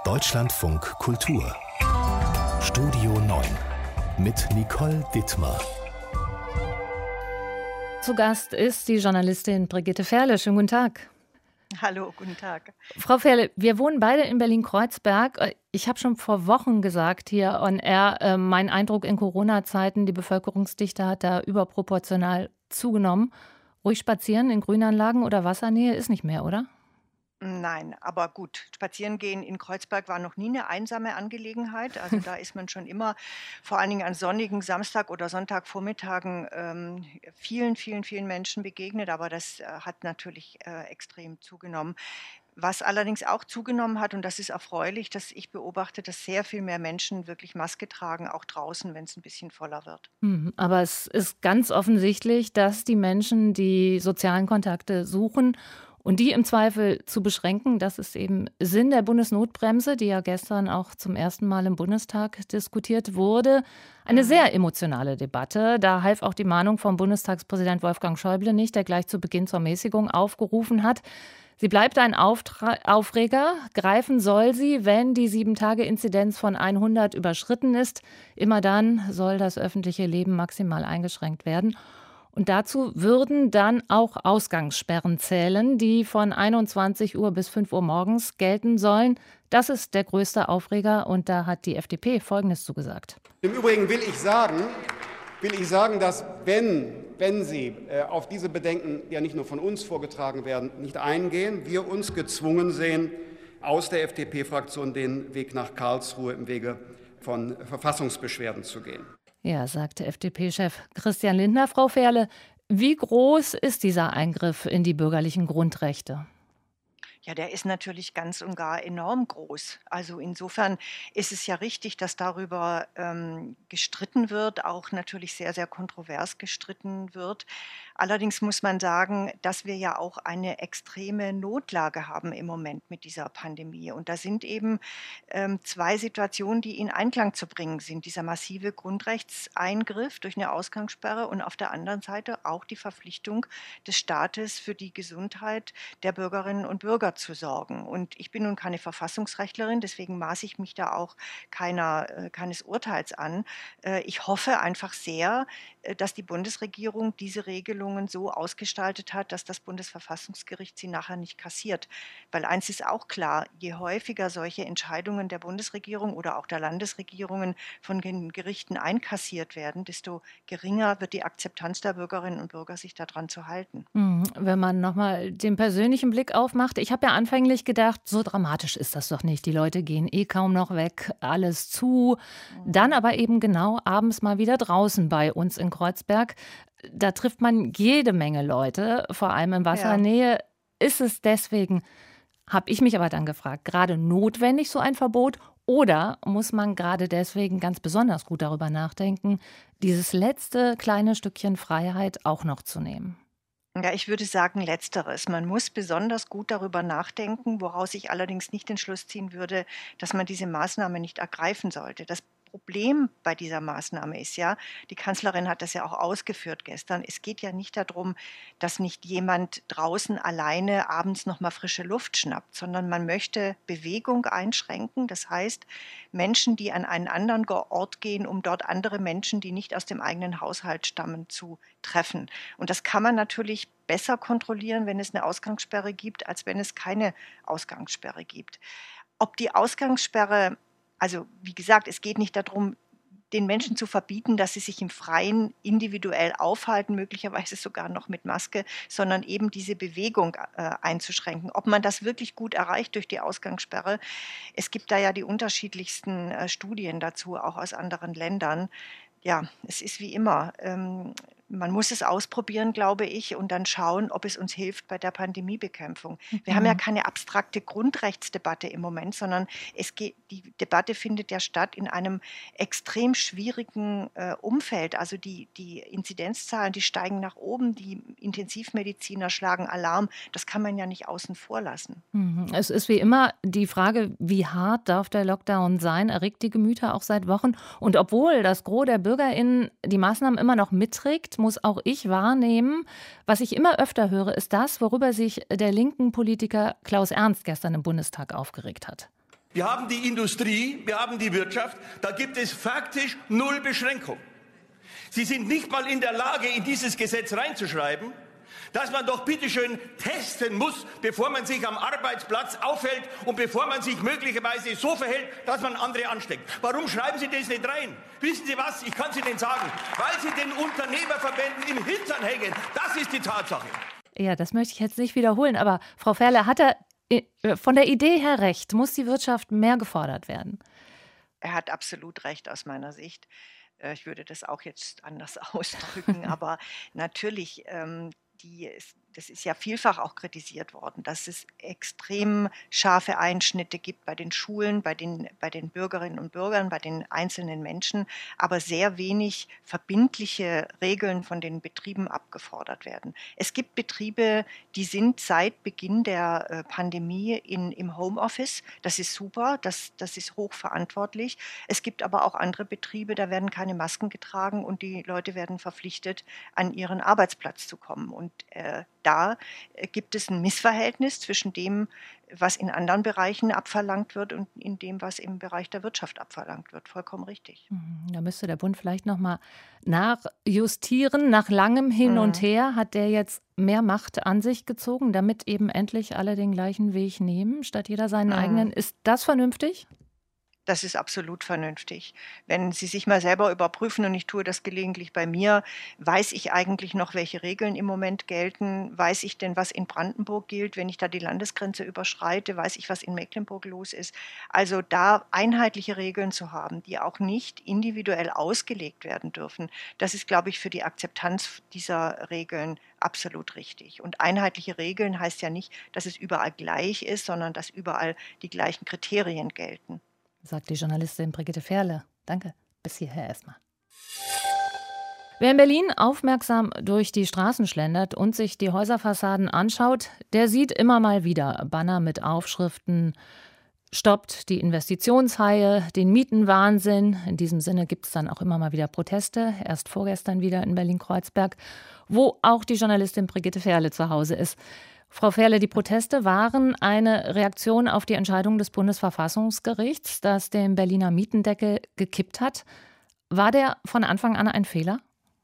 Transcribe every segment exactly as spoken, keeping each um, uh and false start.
Deutschlandfunk Kultur Studio neun mit Nicole Dittmar. Zu Gast ist die Journalistin Brigitte Ferle. Schönen guten Tag. Hallo, guten Tag. Frau Ferle, wir wohnen beide in Berlin-Kreuzberg. Ich habe schon vor Wochen gesagt hier on air, äh, mein Eindruck in Corona-Zeiten, die Bevölkerungsdichte hat da überproportional zugenommen. Ruhig spazieren in Grünanlagen oder Wassernähe ist nicht mehr, oder? Nein, aber gut, Spazierengehen in Kreuzberg war noch nie eine einsame Angelegenheit. Also da ist man schon immer, vor allen Dingen an sonnigen Samstag- oder Sonntagvormittagen, ähm, vielen, vielen, vielen Menschen begegnet. Aber das äh, hat natürlich äh, extrem zugenommen. Was allerdings auch zugenommen hat, und das ist erfreulich, dass ich beobachte, dass sehr viel mehr Menschen wirklich Maske tragen, auch draußen, wenn es ein bisschen voller wird. Mhm, aber es ist ganz offensichtlich, dass die Menschen die sozialen Kontakte suchen und die im Zweifel zu beschränken. Das ist eben Sinn der Bundesnotbremse, die ja gestern auch zum ersten Mal im Bundestag diskutiert wurde. Eine sehr emotionale Debatte. Da half auch die Mahnung vom Bundestagspräsident Wolfgang Schäuble nicht, der gleich zu Beginn zur Mäßigung aufgerufen hat. Sie bleibt ein Auftra- Aufreger. Greifen soll sie, wenn die sieben-Tage-Inzidenz von hundert überschritten ist. Immer dann soll das öffentliche Leben maximal eingeschränkt werden. Und dazu würden dann auch Ausgangssperren zählen, die von einundzwanzig Uhr bis fünf Uhr morgens gelten sollen. Das ist der größte Aufreger und da hat die F D P Folgendes zugesagt. Im Übrigen will ich sagen, will ich sagen, dass wenn, wenn Sie äh, auf diese Bedenken, die ja nicht nur von uns vorgetragen werden, nicht eingehen, wir uns gezwungen sehen, aus der F D P-Fraktion den Weg nach Karlsruhe im Wege von Verfassungsbeschwerden zu gehen. Ja, sagte F D P-Chef Christian Lindner. Frau Ferle, wie groß ist dieser Eingriff in die bürgerlichen Grundrechte? Ja, der ist natürlich ganz und gar enorm groß. Also insofern ist es ja richtig, dass darüber ähm, gestritten wird, auch natürlich sehr, sehr kontrovers gestritten wird. Allerdings muss man sagen, dass wir ja auch eine extreme Notlage haben im Moment mit dieser Pandemie. Und da sind eben ähm, zwei Situationen, die in Einklang zu bringen sind. Dieser massive Grundrechtseingriff durch eine Ausgangssperre und auf der anderen Seite auch die Verpflichtung des Staates für die Gesundheit der Bürgerinnen und Bürger zu sorgen. Und ich bin nun keine Verfassungsrechtlerin, deswegen maße ich mich da auch keiner, äh, keines Urteils an. Äh, ich hoffe einfach sehr, äh, dass die Bundesregierung diese Regelungen so ausgestaltet hat, dass das Bundesverfassungsgericht sie nachher nicht kassiert. Weil eins ist auch klar, je häufiger solche Entscheidungen der Bundesregierung oder auch der Landesregierungen von den Gerichten einkassiert werden, desto geringer wird die Akzeptanz der Bürgerinnen und Bürger, sich daran zu halten. Wenn man nochmal den persönlichen Blick aufmacht, ich habe ja anfänglich gedacht, so dramatisch ist das doch nicht. Die Leute gehen eh kaum noch weg, alles zu. Dann aber eben genau abends mal wieder draußen bei uns in Kreuzberg. Da trifft man jede Menge Leute, vor allem in Wassernähe. Ja. Ist es deswegen, habe ich mich aber dann gefragt, gerade notwendig so ein Verbot? Oder muss man gerade deswegen ganz besonders gut darüber nachdenken, dieses letzte kleine Stückchen Freiheit auch noch zu nehmen? Ja, ich würde sagen letzteres. Man muss besonders gut darüber nachdenken, woraus ich allerdings nicht den Schluss ziehen würde, dass man diese Maßnahme nicht ergreifen sollte. Das Problem bei dieser Maßnahme ist ja, die Kanzlerin hat das ja auch ausgeführt gestern, es geht ja nicht darum, dass nicht jemand draußen alleine abends noch mal frische Luft schnappt, sondern man möchte Bewegung einschränken. Das heißt, Menschen, die an einen anderen Ort gehen, um dort andere Menschen, die nicht aus dem eigenen Haushalt stammen, zu treffen. Und das kann man natürlich besser kontrollieren, wenn es eine Ausgangssperre gibt, als wenn es keine Ausgangssperre gibt. Ob die Ausgangssperre Also wie gesagt, es geht nicht darum, den Menschen zu verbieten, dass sie sich im Freien individuell aufhalten, möglicherweise sogar noch mit Maske, sondern eben diese Bewegung äh, einzuschränken. Ob man das wirklich gut erreicht durch die Ausgangssperre, es gibt da ja die unterschiedlichsten äh, Studien dazu, auch aus anderen Ländern. Ja, es ist wie immer. Ähm, man muss es ausprobieren, glaube ich, und dann schauen, ob es uns hilft bei der Pandemiebekämpfung. Wir haben ja keine abstrakte Grundrechtsdebatte im Moment, sondern es geht, die Debatte findet ja statt in einem extrem schwierigen äh, Umfeld. Also die, die Inzidenzzahlen, die steigen nach oben, die Intensivmediziner schlagen Alarm. Das kann man ja nicht außen vor lassen. Es ist wie immer die Frage, wie hart darf der Lockdown sein, erregt die Gemüter auch seit Wochen. Und obwohl das Gros der BürgerInnen die Maßnahmen immer noch mitträgt, muss auch ich wahrnehmen, was ich immer öfter höre, ist das, worüber sich der linken Politiker Klaus Ernst gestern im Bundestag aufgeregt hat. Wir haben die Industrie, wir haben die Wirtschaft, da gibt es faktisch null Beschränkung. Sie sind nicht mal in der Lage, in dieses Gesetz reinzuschreiben, dass man doch bitteschön testen muss, bevor man sich am Arbeitsplatz aufhält und bevor man sich möglicherweise so verhält, dass man andere ansteckt. Warum schreiben Sie das nicht rein? Wissen Sie was? Ich kann es Ihnen sagen. Weil Sie den Unternehmerverbänden im Hintern hängen. Das ist die Tatsache. Ja, das möchte ich jetzt nicht wiederholen, aber Frau Ferle, hat er von der Idee her recht? Muss die Wirtschaft mehr gefordert werden? Er hat absolut recht aus meiner Sicht. Ich würde das auch jetzt anders ausdrücken, aber natürlich, ähm, die, das ist ja vielfach auch kritisiert worden, dass es extrem scharfe Einschnitte gibt bei den Schulen, bei den, bei den Bürgerinnen und Bürgern, bei den einzelnen Menschen, aber sehr wenig verbindliche Regeln von den Betrieben abgefordert werden. Es gibt Betriebe, die sind seit Beginn der äh, Pandemie in, im Homeoffice. Das ist super, das, das ist hochverantwortlich. Es gibt aber auch andere Betriebe, da werden keine Masken getragen und die Leute werden verpflichtet, an ihren Arbeitsplatz zu kommen. Und äh, da gibt es ein Missverhältnis zwischen dem, was in anderen Bereichen abverlangt wird und in dem, was im Bereich der Wirtschaft abverlangt wird. Vollkommen richtig. Da müsste der Bund vielleicht noch mal nachjustieren. Nach langem Hin Mhm. und Her hat der jetzt mehr Macht an sich gezogen, damit eben endlich alle den gleichen Weg nehmen, statt jeder seinen Mhm. eigenen. Ist das vernünftig? Das ist absolut vernünftig. Wenn Sie sich mal selber überprüfen, und ich tue das gelegentlich bei mir, weiß ich eigentlich noch, welche Regeln im Moment gelten? Weiß ich denn, was in Brandenburg gilt, wenn ich da die Landesgrenze überschreite? Weiß ich, was in Mecklenburg los ist? Also da einheitliche Regeln zu haben, die auch nicht individuell ausgelegt werden dürfen, das ist, glaube ich, für die Akzeptanz dieser Regeln absolut richtig. Und einheitliche Regeln heißt ja nicht, dass es überall gleich ist, sondern dass überall die gleichen Kriterien gelten. Sagt die Journalistin Brigitte Ferle. Danke. Bis hierher erstmal. Wer in Berlin aufmerksam durch die Straßen schlendert und sich die Häuserfassaden anschaut, der sieht immer mal wieder Banner mit Aufschriften: Stoppt die Investitionshaie, den Mietenwahnsinn. In diesem Sinne gibt es dann auch immer mal wieder Proteste. Erst vorgestern wieder in Berlin-Kreuzberg, wo auch die Journalistin Brigitte Ferle zu Hause ist. Frau Ferle, die Proteste waren eine Reaktion auf die Entscheidung des Bundesverfassungsgerichts, das den Berliner Mietendeckel gekippt hat. War der von Anfang an ein Fehler?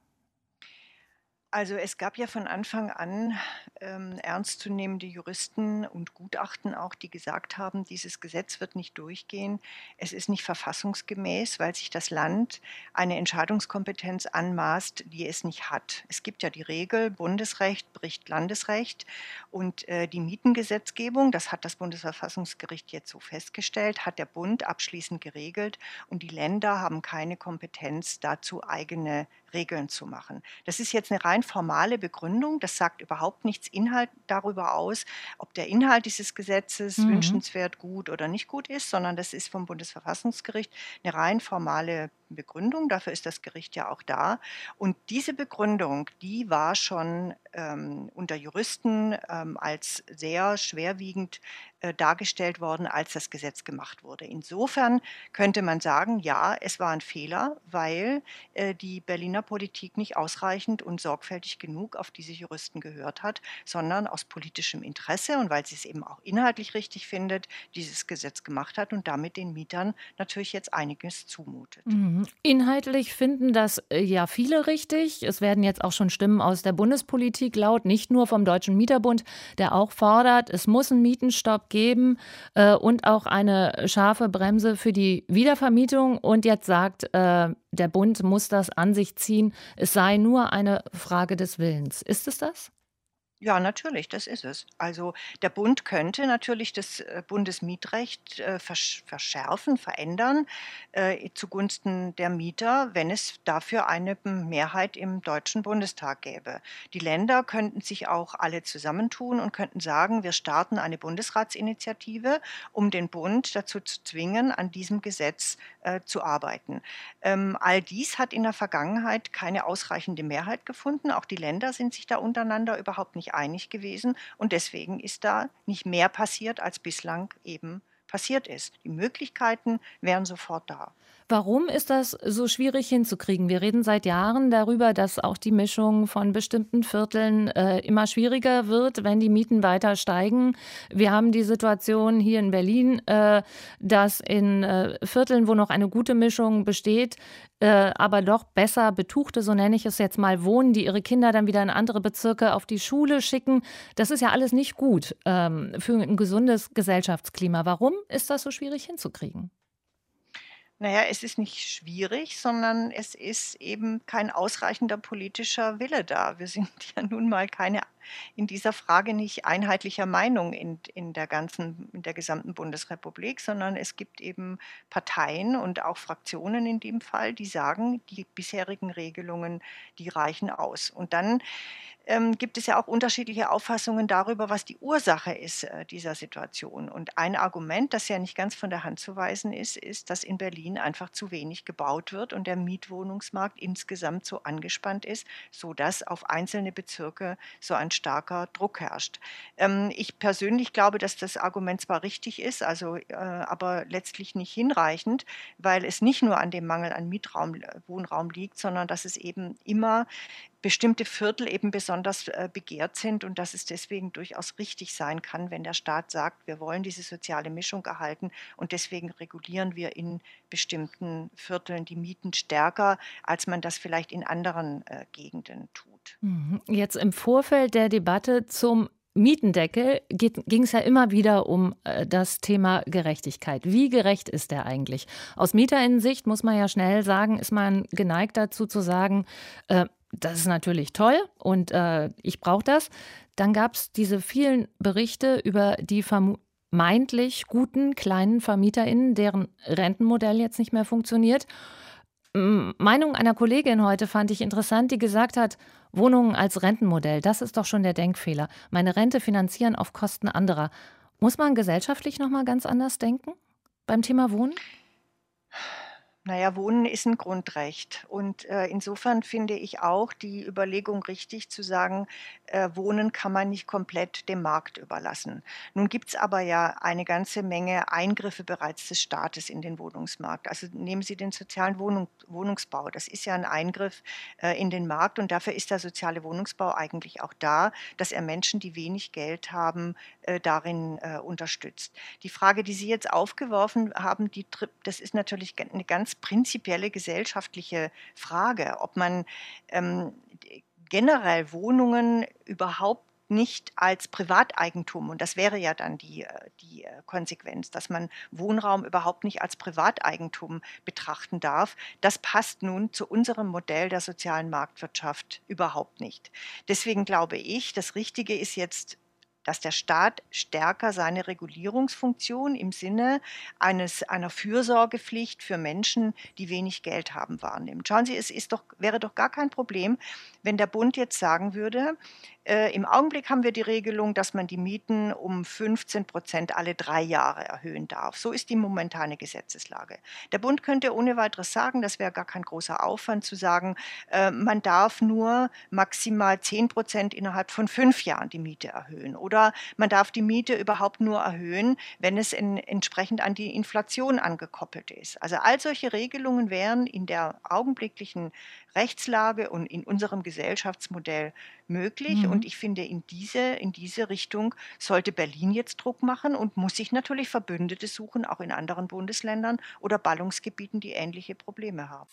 Also es gab ja von Anfang an ähm, ernstzunehmende Juristen und Gutachten auch, die gesagt haben, dieses Gesetz wird nicht durchgehen. Es ist nicht verfassungsgemäß, weil sich das Land eine Entscheidungskompetenz anmaßt, die es nicht hat. Es gibt ja die Regel, Bundesrecht bricht Landesrecht, und äh, die Mietengesetzgebung, das hat das Bundesverfassungsgericht jetzt so festgestellt, hat der Bund abschließend geregelt, und die Länder haben keine Kompetenz dazu, eigene Regeln zu machen. Das ist jetzt eine rein formale Begründung. Das sagt überhaupt nichts Inhalt darüber aus, ob der Inhalt dieses Gesetzes Mhm. wünschenswert, gut oder nicht gut ist, sondern das ist vom Bundesverfassungsgericht eine rein formale Begründung. Dafür ist das Gericht ja auch da. Und diese Begründung, die war schon ähm, unter Juristen ähm, als sehr schwerwiegend äh, dargestellt worden, als das Gesetz gemacht wurde. Insofern könnte man sagen, ja, es war ein Fehler, weil äh, die Berliner Politik nicht ausreichend und sorgfältig genug auf diese Juristen gehört hat, sondern aus politischem Interesse und weil sie es eben auch inhaltlich richtig findet, dieses Gesetz gemacht hat und damit den Mietern natürlich jetzt einiges zumutet. Mhm. Inhaltlich finden das äh, ja viele richtig. Es werden jetzt auch schon Stimmen aus der Bundespolitik laut, nicht nur vom Deutschen Mieterbund, der auch fordert, es muss einen Mietenstopp geben äh, und auch eine scharfe Bremse für die Wiedervermietung. Und jetzt sagt, äh, der Bund muss das an sich ziehen. Es sei nur eine Frage des Willens. Ist es das? Ja, natürlich, das ist es. Also der Bund könnte natürlich das äh, Bundesmietrecht äh, versch verschärfen, verändern äh, zugunsten der Mieter, wenn es dafür eine Mehrheit im Deutschen Bundestag gäbe. Die Länder könnten sich auch alle zusammentun und könnten sagen, wir starten eine Bundesratsinitiative, um den Bund dazu zu zwingen, an diesem Gesetz äh, zu arbeiten. Ähm, all dies hat in der Vergangenheit keine ausreichende Mehrheit gefunden. Auch die Länder sind sich da untereinander überhaupt nicht einig gewesen, und deswegen ist da nicht mehr passiert, als bislang eben passiert ist. Die Möglichkeiten wären sofort da. Warum ist das so schwierig hinzukriegen? Wir reden seit Jahren darüber, dass auch die Mischung von bestimmten Vierteln äh, immer schwieriger wird, wenn die Mieten weiter steigen. Wir haben die Situation hier in Berlin, äh, dass in äh, Vierteln, wo noch eine gute Mischung besteht, äh, aber doch besser Betuchte, so nenne ich es jetzt mal, wohnen, die ihre Kinder dann wieder in andere Bezirke auf die Schule schicken. Das ist ja alles nicht gut ähm, für ein gesundes Gesellschaftsklima. Warum ist das so schwierig hinzukriegen? Naja, es ist nicht schwierig, sondern es ist eben kein ausreichender politischer Wille da. Wir sind ja nun mal keine in dieser Frage nicht einheitlicher Meinung in, in der ganzen, in der gesamten Bundesrepublik, sondern es gibt eben Parteien und auch Fraktionen in dem Fall, die sagen, die bisherigen Regelungen, die reichen aus. Und dann ähm, gibt es ja auch unterschiedliche Auffassungen darüber, was die Ursache ist äh, dieser Situation. Und ein Argument, das ja nicht ganz von der Hand zu weisen ist, ist, dass in Berlin einfach zu wenig gebaut wird und der Mietwohnungsmarkt insgesamt so angespannt ist, sodass auf einzelne Bezirke so ein starker Druck herrscht. Ähm, ich persönlich glaube, dass das Argument zwar richtig ist, also äh, aber letztlich nicht hinreichend, weil es nicht nur an dem Mangel an Mietraum, Wohnraum liegt, sondern dass es eben immer bestimmte Viertel eben besonders äh, begehrt sind und dass es deswegen durchaus richtig sein kann, wenn der Staat sagt, wir wollen diese soziale Mischung erhalten und deswegen regulieren wir in bestimmten Vierteln die Mieten stärker, als man das vielleicht in anderen äh, Gegenden tut. Jetzt im Vorfeld der Debatte zum Mietendeckel ging es ja immer wieder um äh, das Thema Gerechtigkeit. Wie gerecht ist der eigentlich? Aus Mieterinnensicht muss man ja schnell sagen, ist man geneigt dazu zu sagen, äh, das ist natürlich toll und äh, ich brauche das. Dann gab es diese vielen Berichte über die vermeintlich guten kleinen VermieterInnen, deren Rentenmodell jetzt nicht mehr funktioniert. Meinung einer Kollegin heute fand ich interessant, die gesagt hat, Wohnungen als Rentenmodell, das ist doch schon der Denkfehler. Meine Rente finanzieren auf Kosten anderer. Muss man gesellschaftlich nochmal ganz anders denken beim Thema Wohnen? Naja, Wohnen ist ein Grundrecht. Und äh, insofern finde ich auch die Überlegung richtig zu sagen, äh, Wohnen kann man nicht komplett dem Markt überlassen. Nun gibt es aber ja eine ganze Menge Eingriffe bereits des Staates in den Wohnungsmarkt. Also nehmen Sie den sozialen Wohnung, Wohnungsbau. Das ist ja ein Eingriff äh, in den Markt und dafür ist der soziale Wohnungsbau eigentlich auch da, dass er Menschen, die wenig Geld haben, äh, darin äh, unterstützt. Die Frage, die Sie jetzt aufgeworfen haben, die, das ist natürlich eine ganz prinzipielle gesellschaftliche Frage, ob man ähm, generell Wohnungen überhaupt nicht als Privateigentum, und das wäre ja dann die, die Konsequenz, dass man Wohnraum überhaupt nicht als Privateigentum betrachten darf, das passt nun zu unserem Modell der sozialen Marktwirtschaft überhaupt nicht. Deswegen glaube ich, das Richtige ist jetzt, dass der Staat stärker seine Regulierungsfunktion im Sinne eines, einer Fürsorgepflicht für Menschen, die wenig Geld haben, wahrnimmt. Schauen Sie, es ist doch, wäre doch gar kein Problem, wenn der Bund jetzt sagen würde, äh, im Augenblick haben wir die Regelung, dass man die Mieten um fünfzehn Prozent alle drei Jahre erhöhen darf. So ist die momentane Gesetzeslage. Der Bund könnte ohne weiteres sagen, das wäre gar kein großer Aufwand zu sagen, äh, man darf nur maximal zehn Prozent innerhalb von fünf Jahren die Miete erhöhen. Oder man darf die Miete überhaupt nur erhöhen, wenn es in, entsprechend an die Inflation angekoppelt ist. Also all solche Regelungen wären in der augenblicklichen Rechtslage und in unserem Gesellschaftsmodell möglich. Mhm. Und ich finde, in diese, in diese Richtung sollte Berlin jetzt Druck machen und muss sich natürlich Verbündete suchen, auch in anderen Bundesländern oder Ballungsgebieten, die ähnliche Probleme haben.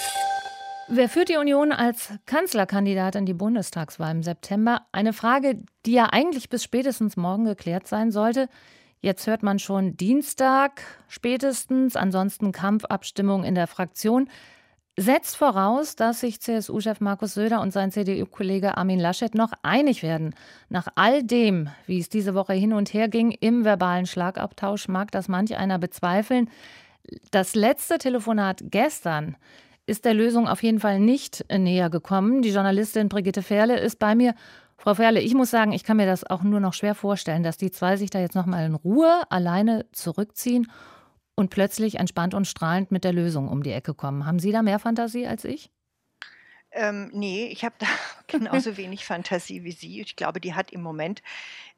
Wer führt die Union als Kanzlerkandidat in die Bundestagswahl im September? Eine Frage, die ja eigentlich bis spätestens morgen geklärt sein sollte. Jetzt hört man schon Dienstag spätestens, ansonsten Kampfabstimmung in der Fraktion. Setzt voraus, dass sich C S U-Chef Markus Söder und sein C D U-Kollege Armin Laschet noch einig werden. Nach all dem, wie es diese Woche hin und her ging, im verbalen Schlagabtausch, mag das manch einer bezweifeln. Das letzte Telefonat gestern ist der Lösung auf jeden Fall nicht näher gekommen. Die Journalistin Brigitte Ferle ist bei mir. Frau Ferle, ich muss sagen, ich kann mir das auch nur noch schwer vorstellen, dass die zwei sich da jetzt noch mal in Ruhe alleine zurückziehen und plötzlich entspannt und strahlend mit der Lösung um die Ecke kommen. Haben Sie da mehr Fantasie als ich? Ähm, nee, ich habe da genauso wenig Fantasie wie Sie. Ich glaube, die hat im Moment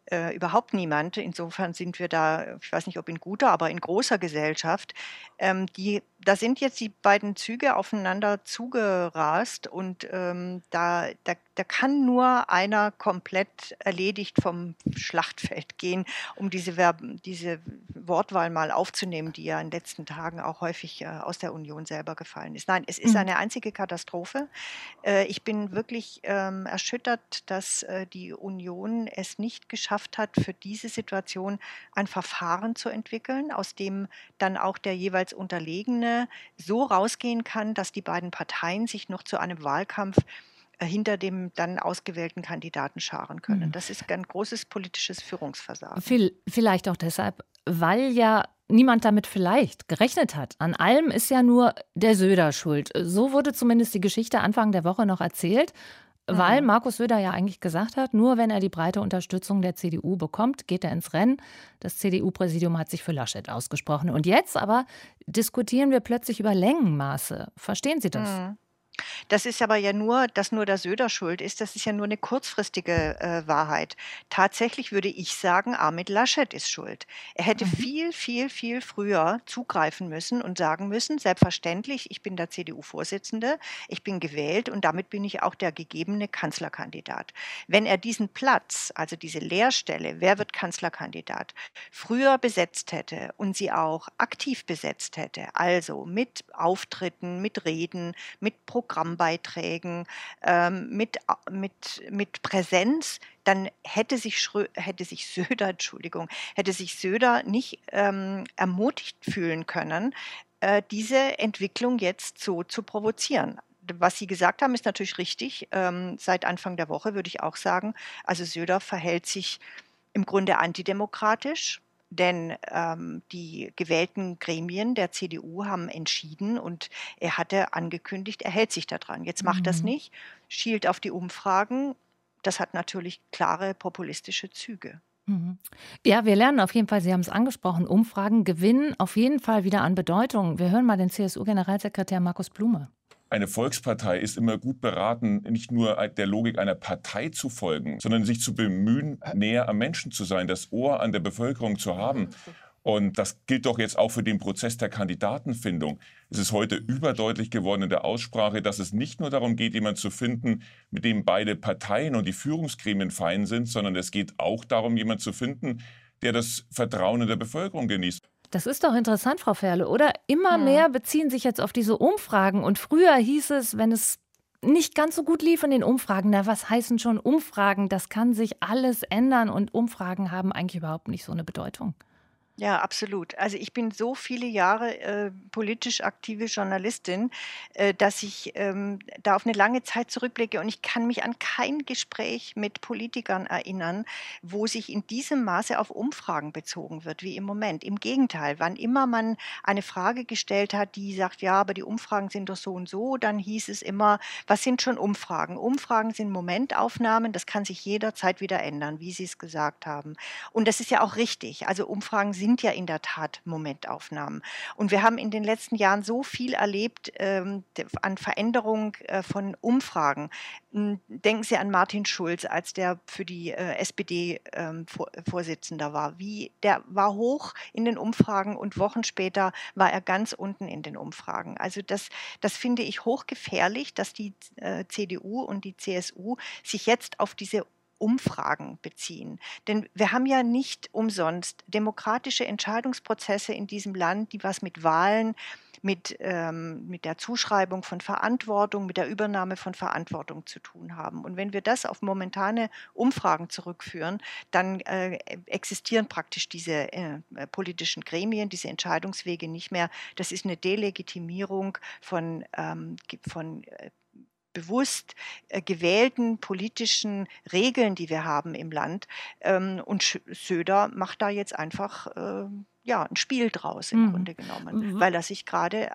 äh, überhaupt niemand. Insofern sind wir da, ich weiß nicht, ob in guter, aber in großer Gesellschaft. Ähm, die, da sind jetzt die beiden Züge aufeinander zugerast und ähm, da, da, da kann nur einer komplett erledigt vom Schlachtfeld gehen, um diese, Verb, diese Wortwahl mal aufzunehmen, die ja in den letzten Tagen auch häufig äh, aus der Union selber gefallen ist. Nein, es ist Mhm. eine einzige Katastrophe. Äh, ich bin wirklich ähm, erschüttert, dass äh, die Union es nicht geschafft hat, für diese Situation ein Verfahren zu entwickeln, aus dem dann auch der jeweils Unterlegene so rausgehen kann, dass die beiden Parteien sich noch zu einem Wahlkampf äh, hinter dem dann ausgewählten Kandidaten scharen können. Mhm. Das ist ein großes politisches Führungsversagen. Viel, vielleicht auch deshalb, weil ja niemand damit vielleicht gerechnet hat. An allem ist ja nur der Söder schuld. So wurde zumindest die Geschichte Anfang der Woche noch erzählt, weil Mhm. Markus Söder ja eigentlich gesagt hat, nur wenn er die breite Unterstützung der C D U bekommt, geht er ins Rennen. Das C D U-Präsidium hat sich für Laschet ausgesprochen. Und jetzt aber diskutieren wir plötzlich über Längenmaße. Verstehen Sie das? Mhm. Das ist aber ja nur, dass nur der Söder schuld ist. Das ist ja nur eine kurzfristige äh, Wahrheit. Tatsächlich würde ich sagen, Armin Laschet ist schuld. Er hätte Mhm. viel, viel, viel früher zugreifen müssen und sagen müssen, selbstverständlich, ich bin der C D U-Vorsitzende, ich bin gewählt und damit bin ich auch der gegebene Kanzlerkandidat. Wenn er diesen Platz, also diese Leerstelle, wer wird Kanzlerkandidat, früher besetzt hätte und sie auch aktiv besetzt hätte, also mit Auftritten, mit Reden, mit Programmbeiträgen, ähm, mit, mit, mit Präsenz, dann hätte sich, Schrö hätte sich Söder, Entschuldigung, hätte sich Söder nicht ähm, ermutigt fühlen können, äh, diese Entwicklung jetzt so zu provozieren. Was Sie gesagt haben, ist natürlich richtig. Ähm, seit Anfang der Woche würde ich auch sagen, also Söder verhält sich im Grunde antidemokratisch. Denn ähm, die gewählten Gremien der C D U haben entschieden und er hatte angekündigt, er hält sich daran. Jetzt macht das Mhm. nicht, schielt auf die Umfragen. Das hat natürlich klare populistische Züge. Mhm. Ja, wir lernen auf jeden Fall, Sie haben es angesprochen, Umfragen gewinnen auf jeden Fall wieder an Bedeutung. Wir hören mal den C S U-Generalsekretär Markus Blume. Eine Volkspartei ist immer gut beraten, nicht nur der Logik einer Partei zu folgen, sondern sich zu bemühen, näher am Menschen zu sein, das Ohr an der Bevölkerung zu haben. Und das gilt doch jetzt auch für den Prozess der Kandidatenfindung. Es ist heute überdeutlich geworden in der Aussprache, dass es nicht nur darum geht, jemanden zu finden, mit dem beide Parteien und die Führungsgremien fein sind, sondern es geht auch darum, jemanden zu finden, der das Vertrauen in der Bevölkerung genießt. Das ist doch interessant, Frau Ferle, oder? Immer Hm. mehr beziehen sich jetzt auf diese Umfragen. Und früher hieß es, wenn es nicht ganz so gut lief in den Umfragen, na, was heißen schon Umfragen? Das kann sich alles ändern und Umfragen haben eigentlich überhaupt nicht so eine Bedeutung. Ja, absolut. Also ich bin so viele Jahre äh, politisch aktive Journalistin, äh, dass ich ähm, da auf eine lange Zeit zurückblicke und ich kann mich an kein Gespräch mit Politikern erinnern, wo sich in diesem Maße auf Umfragen bezogen wird wie im Moment. Im Gegenteil, wann immer man eine Frage gestellt hat, die sagt, ja, aber die Umfragen sind doch so und so, dann hieß es immer, was sind schon Umfragen? Umfragen sind Momentaufnahmen, das kann sich jederzeit wieder ändern, wie Sie es gesagt haben. Und das ist ja auch richtig. Also Umfragen sind sind ja in der Tat Momentaufnahmen. Und wir haben in den letzten Jahren so viel erlebt ähm, an Veränderung äh, von Umfragen. Denken Sie an Martin Schulz, als der für die äh, S P D ähm, Vor Vorsitzender war. Wie, der war hoch in den Umfragen und Wochen später war er ganz unten in den Umfragen. Also das, das finde ich hochgefährlich, dass die äh, C D U und die C S U sich jetzt auf diese Umfragen beziehen. Denn wir haben ja nicht umsonst demokratische Entscheidungsprozesse in diesem Land, die was mit Wahlen, mit, ähm, mit der Zuschreibung von Verantwortung, mit der Übernahme von Verantwortung zu tun haben. Und wenn wir das auf momentane Umfragen zurückführen, dann äh, existieren praktisch diese äh, politischen Gremien, diese Entscheidungswege nicht mehr. Das ist eine Delegitimierung von, ähm, von äh, bewusst äh, gewählten politischen Regeln, die wir haben im Land. Ähm, und Sch Söder macht da jetzt einfach äh, ja, ein Spiel draus im Mhm. Grunde genommen, Mhm. weil er sich gerade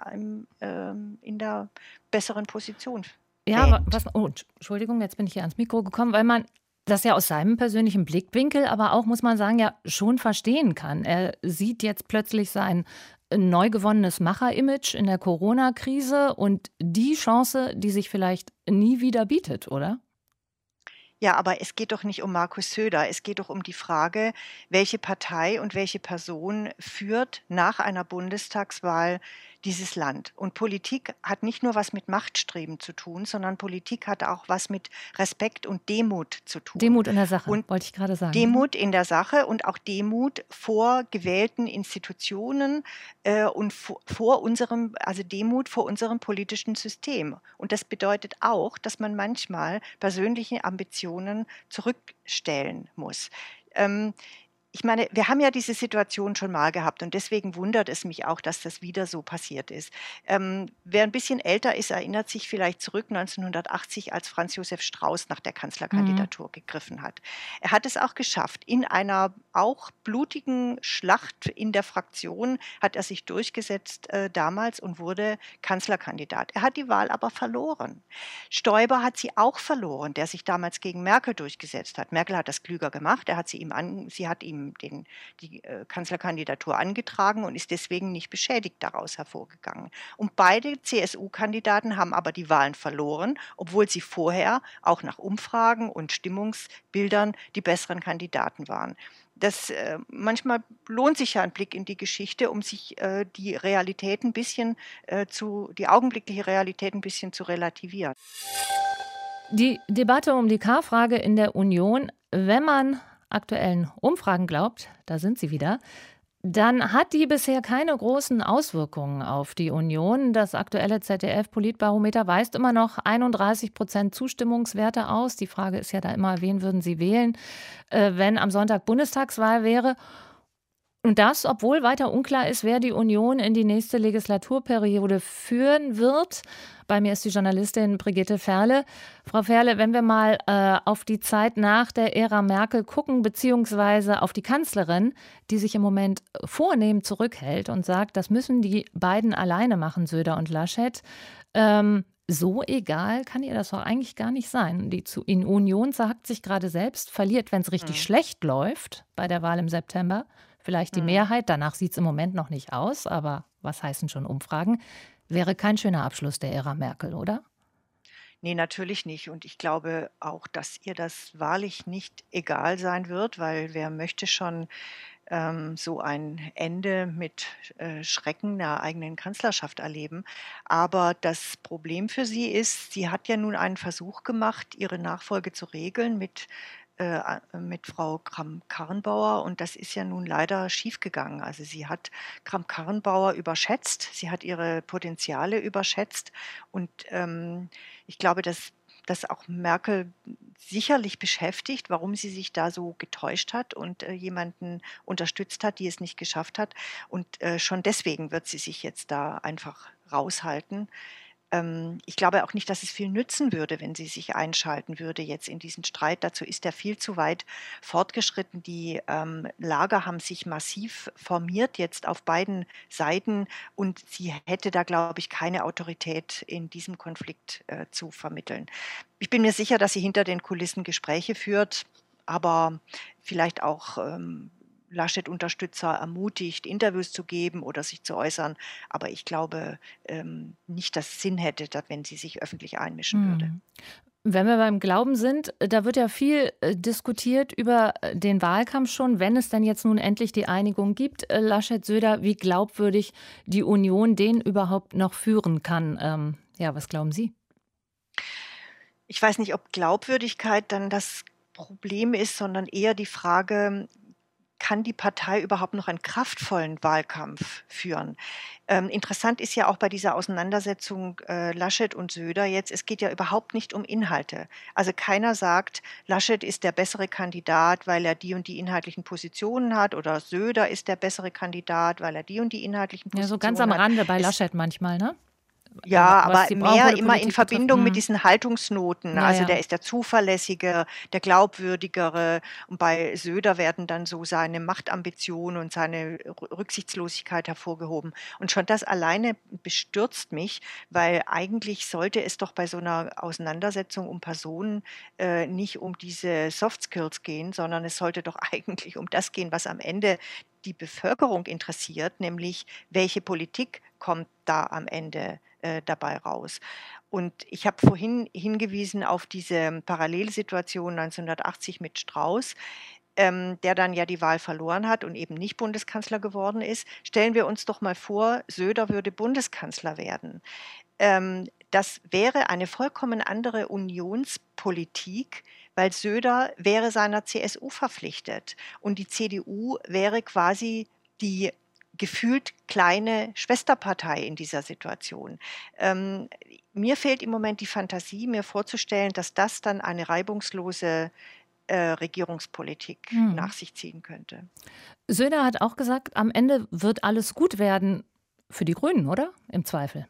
ähm, in der besseren Position Ja, wa- wähnt. was, oh, Entschuldigung, jetzt bin ich hier ans Mikro gekommen, weil man das ja aus seinem persönlichen Blickwinkel, aber auch, muss man sagen, ja schon verstehen kann. Er sieht jetzt plötzlich sein neu gewonnenes Macher-Image in der Corona-Krise und die Chance, die sich vielleicht nie wieder bietet, oder? Ja, aber es geht doch nicht um Markus Söder. Es geht doch um die Frage, welche Partei und welche Person führt nach einer Bundestagswahl dieses Land. Und Politik hat nicht nur was mit Machtstreben zu tun, sondern Politik hat auch was mit Respekt und Demut zu tun. Demut in der Sache, und wollte ich gerade sagen. Demut in der Sache und auch Demut vor gewählten Institutionen äh, und vor, vor unserem, also Demut vor unserem politischen System. Und das bedeutet auch, dass man manchmal persönliche Ambitionen zurückstellen muss. Ähm, Ich meine, wir haben ja diese Situation schon mal gehabt und deswegen wundert es mich auch, dass das wieder so passiert ist. Ähm, wer ein bisschen älter ist, erinnert sich vielleicht zurück neunzehnhundertachtzig, als Franz Josef Strauß nach der Kanzlerkandidatur mhm. gegriffen hat. Er hat es auch geschafft. In einer auch blutigen Schlacht in der Fraktion hat er sich durchgesetzt äh, damals und wurde Kanzlerkandidat. Er hat die Wahl aber verloren. Stoiber hat sie auch verloren, der sich damals gegen Merkel durchgesetzt hat. Merkel hat das klüger gemacht. Er hat sie ihm an, sie hat ihm Den, die äh, Kanzlerkandidatur angetragen und ist deswegen nicht beschädigt daraus hervorgegangen. Und beide C S U-Kandidaten haben aber die Wahlen verloren, obwohl sie vorher auch nach Umfragen und Stimmungsbildern die besseren Kandidaten waren. Das, äh, manchmal lohnt sich ja ein Blick in die Geschichte, um sich äh, die Realität ein bisschen äh, zu, die augenblickliche Realität ein bisschen zu relativieren. Die Debatte um die K-Frage in der Union, wenn man aktuellen Umfragen glaubt, da sind sie wieder, dann hat die bisher keine großen Auswirkungen auf die Union. Das aktuelle Z D F-Politbarometer weist immer noch einunddreißig Prozent Zustimmungswerte aus. Die Frage ist ja da immer, wen würden Sie wählen, äh, wenn am Sonntag Bundestagswahl wäre? Und das, obwohl weiter unklar ist, wer die Union in die nächste Legislaturperiode führen wird. Bei mir ist die Journalistin Brigitte Ferle. Frau Ferle, wenn wir mal äh, auf die Zeit nach der Ära Merkel gucken, beziehungsweise auf die Kanzlerin, die sich im Moment vornehm zurückhält und sagt, das müssen die beiden alleine machen, Söder und Laschet. Ähm, so egal kann ihr das doch eigentlich gar nicht sein. Die Union sagt sich gerade selbst, verliert, wenn es richtig mhm. schlecht läuft bei der Wahl im September. Vielleicht die mhm. Mehrheit, danach sieht es im Moment noch nicht aus, aber was heißen schon Umfragen? Wäre kein schöner Abschluss der Ära Merkel, oder? Nee, natürlich nicht. Und ich glaube auch, dass ihr das wahrlich nicht egal sein wird, weil wer möchte schon ähm, so ein Ende mit äh, Schrecken der eigenen Kanzlerschaft erleben. Aber das Problem für sie ist, sie hat ja nun einen Versuch gemacht, ihre Nachfolge zu regeln mit Äh, mit Frau Kramp-Karrenbauer und das ist ja nun leider schiefgegangen. Also sie hat Kramp-Karrenbauer überschätzt, sie hat ihre Potenziale überschätzt und ähm, ich glaube, dass das auch Merkel sicherlich beschäftigt, warum sie sich da so getäuscht hat und äh, jemanden unterstützt hat, die es nicht geschafft hat. Und äh, schon deswegen wird sie sich jetzt da einfach raushalten. Ich glaube auch nicht, dass es viel nützen würde, wenn sie sich einschalten würde jetzt in diesen Streit. Dazu ist er viel zu weit fortgeschritten. Die ähm, Lager haben sich massiv formiert jetzt auf beiden Seiten und sie hätte da, glaube ich, keine Autorität in diesem Konflikt äh, zu vermitteln. Ich bin mir sicher, dass sie hinter den Kulissen Gespräche führt, aber vielleicht auch ähm, Laschet-Unterstützer ermutigt, Interviews zu geben oder sich zu äußern. Aber ich glaube ähm, nicht, dass es Sinn hätte, dass, wenn sie sich öffentlich einmischen würde. Wenn wir beim Glauben sind, da wird ja viel äh, diskutiert über den Wahlkampf schon, wenn es dann jetzt nun endlich die Einigung gibt, äh, Laschet-Söder, wie glaubwürdig die Union den überhaupt noch führen kann. Ähm, ja, was glauben Sie? Ich weiß nicht, ob Glaubwürdigkeit dann das Problem ist, sondern eher die Frage, kann die Partei überhaupt noch einen kraftvollen Wahlkampf führen? Ähm, interessant ist ja auch bei dieser Auseinandersetzung äh, Laschet und Söder jetzt, es geht ja überhaupt nicht um Inhalte. Also keiner sagt, Laschet ist der bessere Kandidat, weil er die und die inhaltlichen Positionen hat oder Söder ist der bessere Kandidat, weil er die und die inhaltlichen Positionen hat. Ja, so ganz am Rande bei Laschet manchmal, ne? Ja, aber mehr immer in Verbindung mit diesen Haltungsnoten. Ja, also ja. der ist der Zuverlässige, der Glaubwürdigere. Und bei Söder werden dann so seine Machtambitionen und seine Rücksichtslosigkeit hervorgehoben. Und schon das alleine bestürzt mich, weil eigentlich sollte es doch bei so einer Auseinandersetzung um Personen äh, nicht um diese Soft Skills gehen, sondern es sollte doch eigentlich um das gehen, was am Ende die Bevölkerung interessiert, nämlich welche Politik kommt da am Ende äh, dabei raus. Und ich habe vorhin hingewiesen auf diese Parallelsituation neunzehnhundertachtzig mit Strauß, ähm, der dann ja die Wahl verloren hat und eben nicht Bundeskanzler geworden ist. Stellen wir uns doch mal vor, Söder würde Bundeskanzler werden. Ähm, das wäre eine vollkommen andere Unionspolitik, weil Söder wäre seiner C S U verpflichtet und die C D U wäre quasi die gefühlt kleine Schwesterpartei in dieser Situation. Ähm, mir fehlt im Moment die Fantasie, mir vorzustellen, dass das dann eine reibungslose äh, Regierungspolitik Hm. nach sich ziehen könnte. Söder hat auch gesagt, am Ende wird alles gut werden für die Grünen, oder? Im Zweifel.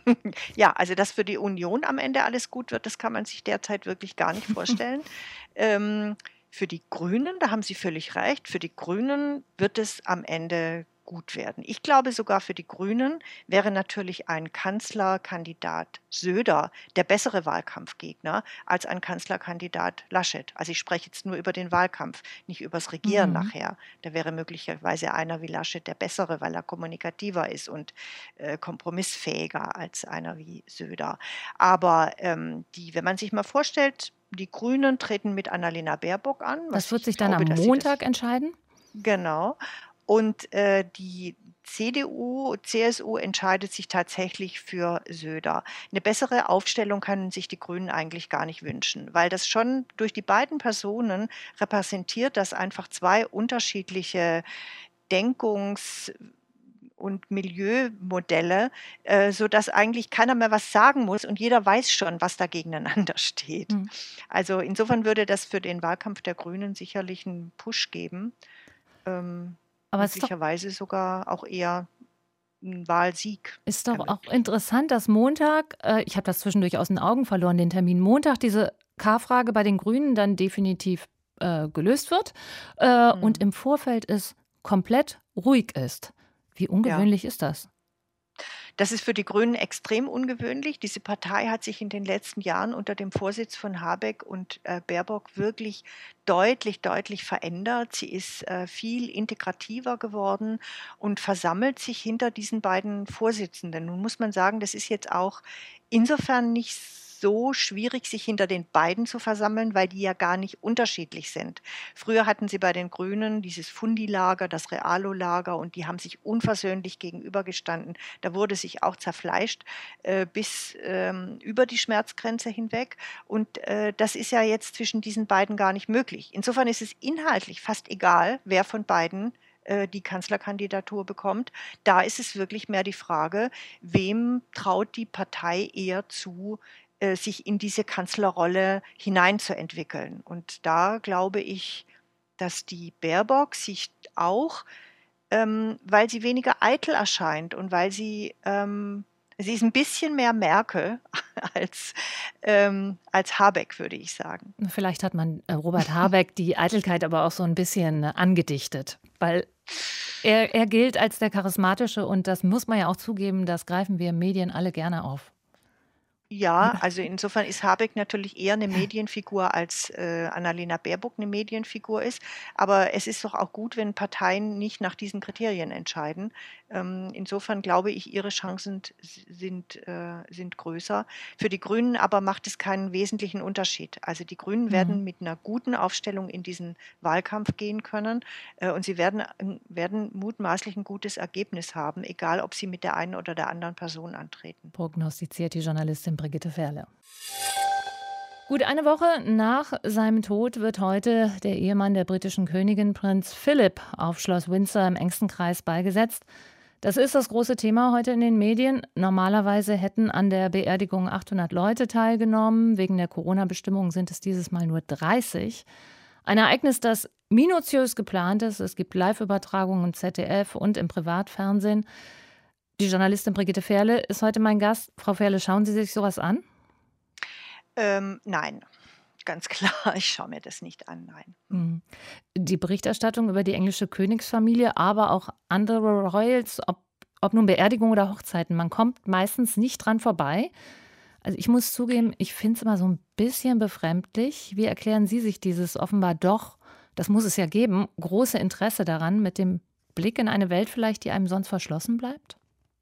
Ja, also dass für die Union am Ende alles gut wird, das kann man sich derzeit wirklich gar nicht vorstellen. ähm, für die Grünen, da haben Sie völlig recht, für die Grünen wird es am Ende gut werden. Ich glaube sogar für die Grünen wäre natürlich ein Kanzlerkandidat Söder der bessere Wahlkampfgegner als ein Kanzlerkandidat Laschet. Also ich spreche jetzt nur über den Wahlkampf, nicht übers Regieren Mhm. nachher. Da wäre möglicherweise einer wie Laschet der bessere, weil er kommunikativer ist und äh, kompromissfähiger als einer wie Söder. Aber ähm, die, wenn man sich mal vorstellt, die Grünen treten mit Annalena Baerbock an. was Das wird ich sich dann glaube, am dass sie das- Montag entscheiden. Genau. Und äh, die C D U, C S U entscheidet sich tatsächlich für Söder. Eine bessere Aufstellung können sich die Grünen eigentlich gar nicht wünschen, weil das schon durch die beiden Personen repräsentiert, dass einfach zwei unterschiedliche Denkungs- und Milieumodelle, äh, sodass eigentlich keiner mehr was sagen muss und jeder weiß schon, was da gegeneinander steht. Hm. Also insofern würde das für den Wahlkampf der Grünen sicherlich einen Push geben. Ähm, Aber es ist doch, möglicherweise sogar auch eher ein Wahlsieg. ist doch auch ermöglichen. interessant, dass Montag, äh, ich habe das zwischendurch aus den Augen verloren, den Termin Montag, diese K-Frage bei den Grünen dann definitiv äh, gelöst wird äh, Mhm. und im Vorfeld es komplett ruhig ist. Wie ungewöhnlich ist das? Das ist für die Grünen extrem ungewöhnlich. Diese Partei hat sich in den letzten Jahren unter dem Vorsitz von Habeck und äh, Baerbock wirklich deutlich, deutlich verändert. Sie ist äh, viel integrativer geworden und versammelt sich hinter diesen beiden Vorsitzenden. Nun muss man sagen, das ist jetzt auch insofern nicht so schwierig, sich hinter den beiden zu versammeln, weil die ja gar nicht unterschiedlich sind. Früher hatten sie bei den Grünen dieses Fundi-Lager, das Realo-Lager und die haben sich unversöhnlich gegenübergestanden. Da wurde sich auch zerfleischt äh, bis ähm, über die Schmerzgrenze hinweg und äh, das ist ja jetzt zwischen diesen beiden gar nicht möglich. Insofern ist es inhaltlich fast egal, wer von beiden äh, die Kanzlerkandidatur bekommt. Da ist es wirklich mehr die Frage, wem traut die Partei eher zu, äh, sich in diese Kanzlerrolle hineinzuentwickeln. Und da glaube ich, dass die Baerbock sich auch, ähm, weil sie weniger eitel erscheint und weil sie, ähm, sie ist ein bisschen mehr Merkel als, ähm, als Habeck, würde ich sagen. Vielleicht hat man äh, Robert Habeck die Eitelkeit aber auch so ein bisschen äh, angedichtet, weil er, er gilt als der Charismatische und das muss man ja auch zugeben, das greifen wir Medien alle gerne auf. Ja, also insofern ist Habeck natürlich eher eine Medienfigur, als äh, Annalena Baerbock eine Medienfigur ist. Aber es ist doch auch gut, wenn Parteien nicht nach diesen Kriterien entscheiden. Ähm, insofern glaube ich, ihre Chancen sind, äh, sind größer. Für die Grünen aber macht es keinen wesentlichen Unterschied. Also die Grünen Mhm. werden mit einer guten Aufstellung in diesen Wahlkampf gehen können äh, und sie werden, werden mutmaßlich ein gutes Ergebnis haben, egal ob sie mit der einen oder der anderen Person antreten. Prognostiziert die Journalistin Brigitte Ferle. Gut eine Woche nach seinem Tod wird heute der Ehemann der britischen Königin, Prinz Philipp, auf Schloss Windsor im engsten Kreis beigesetzt. Das ist das große Thema heute in den Medien. Normalerweise hätten an der Beerdigung achthundert Leute teilgenommen. Wegen der Corona-Bestimmungen sind es dieses Mal nur dreißig. Ein Ereignis, das minutiös geplant ist. Es gibt Live-Übertragungen im Z D F und im Privatfernsehen. Die Journalistin Brigitte Ferle ist heute mein Gast. Frau Ferle, schauen Sie sich sowas an? Ähm, nein, ganz klar, ich schaue mir das nicht an, nein. Hm. Die Berichterstattung über die englische Königsfamilie, aber auch andere Royals, ob, ob nun Beerdigungen oder Hochzeiten, man kommt meistens nicht dran vorbei. Also ich muss zugeben, ich finde es immer so ein bisschen befremdlich. Wie erklären Sie sich dieses offenbar doch, das muss es ja geben, große Interesse daran, mit dem Blick in eine Welt vielleicht, die einem sonst verschlossen bleibt?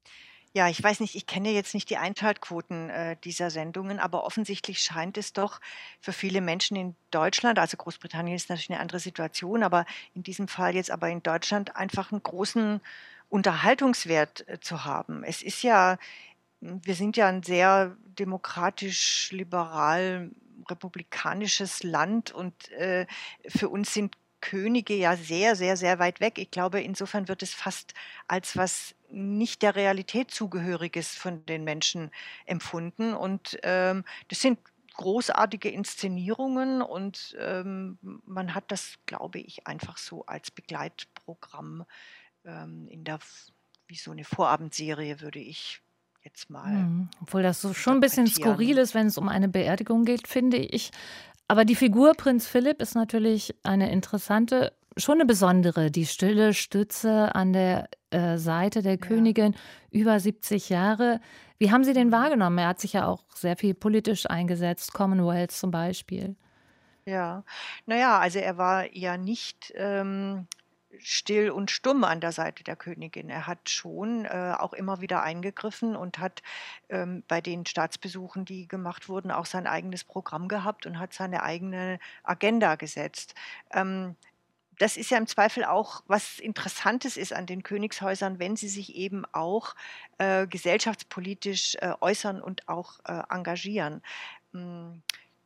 Ja, ich weiß nicht, ich kenne jetzt nicht die Einschaltquoten äh, dieser Sendungen, aber offensichtlich scheint es doch für viele Menschen in Deutschland, also Großbritannien ist natürlich eine andere Situation, aber in diesem Fall jetzt aber in Deutschland einfach einen großen Unterhaltungswert äh, zu haben. Es ist ja, wir sind ja ein sehr demokratisch, liberal, republikanisches Land und äh, für uns sind Könige ja sehr, sehr, sehr weit weg. Ich glaube, insofern wird es fast als was nicht der Realität zugehöriges von den Menschen empfunden. Und ähm, das sind großartige Inszenierungen und ähm, man hat das, glaube ich, einfach so als Begleitprogramm ähm, in der, wie so eine Vorabendserie, würde ich jetzt mal Hm, obwohl das so schon ein bisschen skurril interpretieren. ist, wenn es um eine Beerdigung geht, finde ich. Aber die Figur Prinz Philipp ist natürlich eine interessante, schon eine besondere. Die stille Stütze an der äh, Seite der Ja. Königin, über siebzig Jahre. Wie haben Sie den Mhm. wahrgenommen? Er hat sich ja auch sehr viel politisch eingesetzt, Commonwealth zum Beispiel. Ja, naja, also er war ja nicht ähm, still und stumm an der Seite der Königin. Er hat schon äh, auch immer wieder eingegriffen und hat ähm, bei den Staatsbesuchen, die gemacht wurden, auch sein eigenes Programm gehabt und hat seine eigene Agenda gesetzt. Ähm, das ist ja im Zweifel auch was Interessantes ist an den Königshäusern, wenn sie sich eben auch äh, gesellschaftspolitisch äh, äußern und auch äh, engagieren. Mm,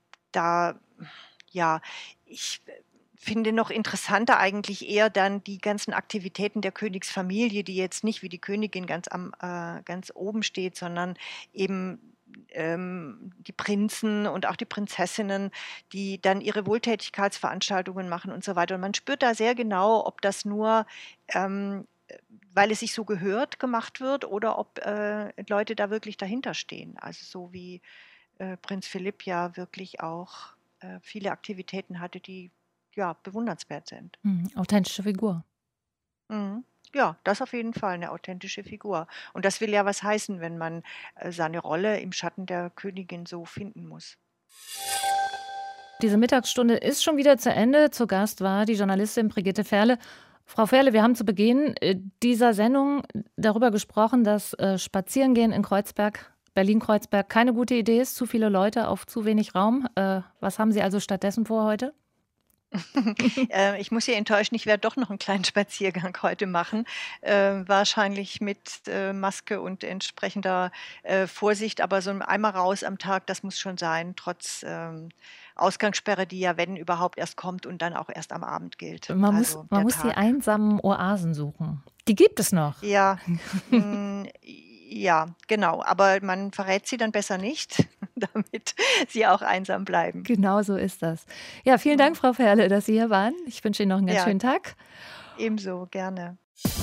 Da ja, ich äh, finde noch interessanter eigentlich eher dann die ganzen Aktivitäten der Königsfamilie, die jetzt nicht wie die Königin ganz am äh, ganz oben steht, sondern eben ähm, die Prinzen und auch die Prinzessinnen, die dann ihre Wohltätigkeitsveranstaltungen machen und so weiter. Und man spürt da sehr genau, ob das nur, ähm, äh, weil es sich so gehört, gemacht wird oder ob äh, Leute da wirklich dahinter stehen. Also so wie äh, Prinz Philipp ja wirklich auch äh, viele Aktivitäten hatte, die ja bewundernswert sind. Hm, authentische Figur. Mhm. Ja, das auf jeden Fall eine authentische Figur. Und das will ja was heißen, wenn man äh, seine Rolle im Schatten der Königin so finden muss. Diese Mittagsstunde ist schon wieder zu Ende. Zu Gast war die Journalistin Brigitte Ferle. Frau Ferle, wir haben zu Beginn äh, dieser Sendung darüber gesprochen, dass äh, Spazierengehen in Kreuzberg, Berlin-Kreuzberg, keine gute Idee ist. Zu viele Leute auf zu wenig Raum. Äh, was haben Sie also stattdessen vor heute? Äh, ich muss Sie enttäuschen, ich werde doch noch einen kleinen Spaziergang heute machen. Äh, wahrscheinlich mit äh, Maske und entsprechender äh, Vorsicht, aber so einmal raus am Tag, das muss schon sein, trotz ähm, Ausgangssperre, die ja, wenn überhaupt, erst kommt und dann auch erst am Abend gilt. Man muss, Also man der muss die Tag. einsamen Oasen suchen. Die gibt es noch. Ja, hm, ja, genau. Aber man verrät sie dann besser nicht, damit sie auch einsam bleiben. Genau so ist das. Ja, vielen Dank, Frau Ferle, dass Sie hier waren. Ich wünsche Ihnen noch einen ganz Ja, schönen Tag. ebenso, gerne.